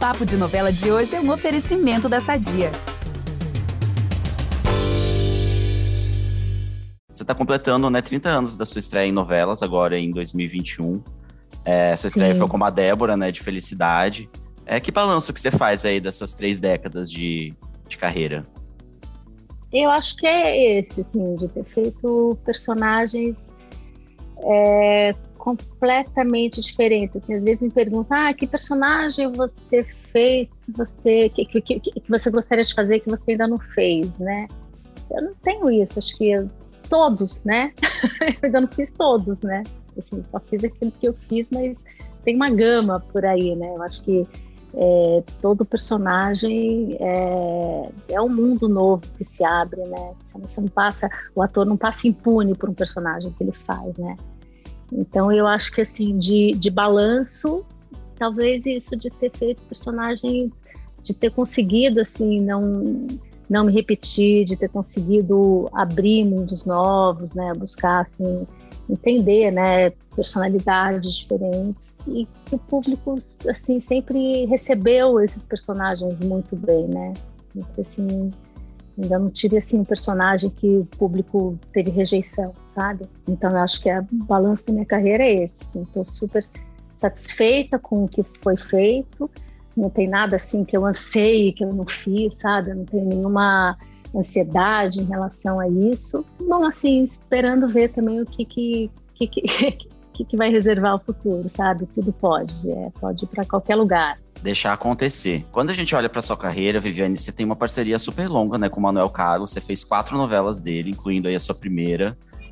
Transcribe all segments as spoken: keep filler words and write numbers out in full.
Papo de Novela de hoje é um oferecimento da Sadia. Você está completando, né, trinta anos da sua estreia em novelas, agora em dois mil e vinte e um. É, sua estreia Sim. foi como a Débora, né, de Felicidade. É, que balanço que você faz aí dessas três décadas de, de carreira? Eu acho que é esse, assim, de ter feito personagens é, completamente diferentes. Assim, às vezes me perguntam, ah, que personagem você fez que você, que, que, que, que você gostaria de fazer que você ainda não fez, né? Eu não tenho isso, acho que eu, todos, né? Eu ainda não fiz todos, né? Assim, só fiz aqueles que eu fiz, mas tem uma gama por aí, né? Eu acho que é, todo personagem é, é um mundo novo que se abre, né? Você não passa, o ator não passa impune por um personagem que ele faz, né? Então eu acho que assim, de, de balanço, talvez isso de ter feito personagens, de ter conseguido assim, não, não me repetir, de ter conseguido abrir mundos novos, né? Buscar assim, entender, né, personalidades diferentes, e que o público assim sempre recebeu esses personagens muito bem, né? Então, assim, ainda não tive assim um personagem que o público teve rejeição, sabe? Então eu acho que o balanço da minha carreira é esse. Assim, estou super satisfeita com o que foi feito. Não tem nada assim que eu anseie que eu não fiz, sabe? Eu não tenho nenhuma ansiedade em relação a isso. Bom, assim, esperando ver também o que que, que, que, que vai reservar o futuro, sabe? Tudo pode, é, pode ir para qualquer lugar. Deixar acontecer. Quando a gente olha para sua carreira, Viviane, você tem uma parceria super longa, né, com o Manuel Carlos. Você fez quatro novelas dele, incluindo aí a sua primeira,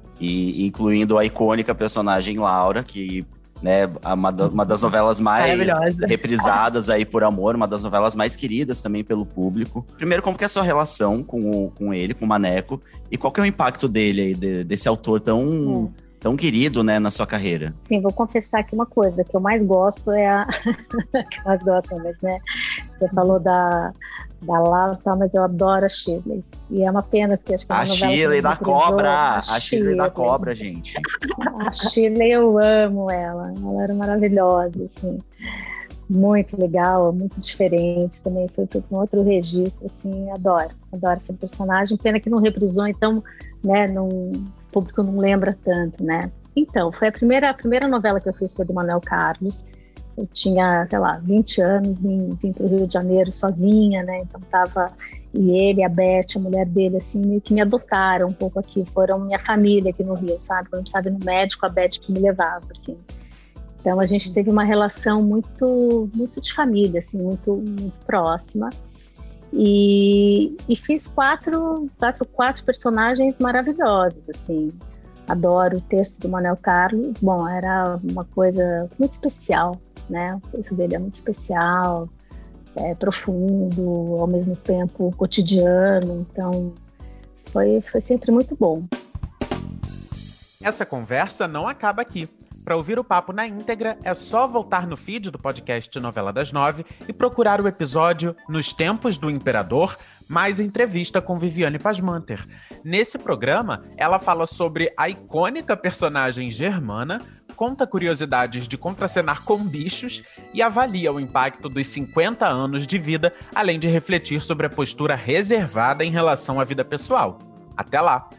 e incluindo a icônica personagem Laura, que, né, uma, uma das novelas mais reprisadas aí por amor, uma das novelas mais queridas também pelo público. Primeiro, como que é a sua relação com, o, com ele, com o Maneco, e qual que é o impacto dele aí, de, desse autor tão... Hum. tão querido, né, na sua carreira? Sim, vou confessar aqui uma coisa, que eu mais gosto é a... que eu mais gosto, mas, né, você falou da, da Laura, tá, mas eu adoro a Shirley. E é uma pena, porque acho que é uma a novela Shirley da Cobra! A, a Shirley da Cobra, gente. A Shirley, eu amo ela. Ela era maravilhosa, assim. Muito legal, muito diferente. Também foi para um outro registro, assim, adoro. Adoro essa personagem. Pena que não reprisou, então, né, não... o público não lembra tanto, né? Então, foi a primeira, a primeira novela que eu fiz, foi do Manuel Carlos. Eu tinha, sei lá, vinte anos, vim, vim para o Rio de Janeiro sozinha, né? Então tava, e ele, a Beth, a mulher dele, assim, meio que me adotaram um pouco aqui, foram minha família aqui no Rio, sabe? Quando eu precisava ir no médico, a Beth que me levava, assim. Então a gente teve uma relação muito, muito de família, assim, muito, muito próxima. E, e fiz quatro, quatro, quatro personagens maravilhosos, assim. Adoro o texto do Manuel Carlos. Bom, era uma coisa muito especial, né? O texto dele é muito especial, é profundo, ao mesmo tempo cotidiano. Então, foi, foi sempre muito bom. Essa conversa não acaba aqui. Para ouvir o papo na íntegra, é só voltar no feed do podcast Novela das Nove e procurar o episódio Nos Tempos do Imperador, mais entrevista com Viviane Pasmanter. Nesse programa, ela fala sobre a icônica personagem Germana, conta curiosidades de contracenar com bichos e avalia o impacto dos cinquenta anos de vida, além de refletir sobre a postura reservada em relação à vida pessoal. Até lá!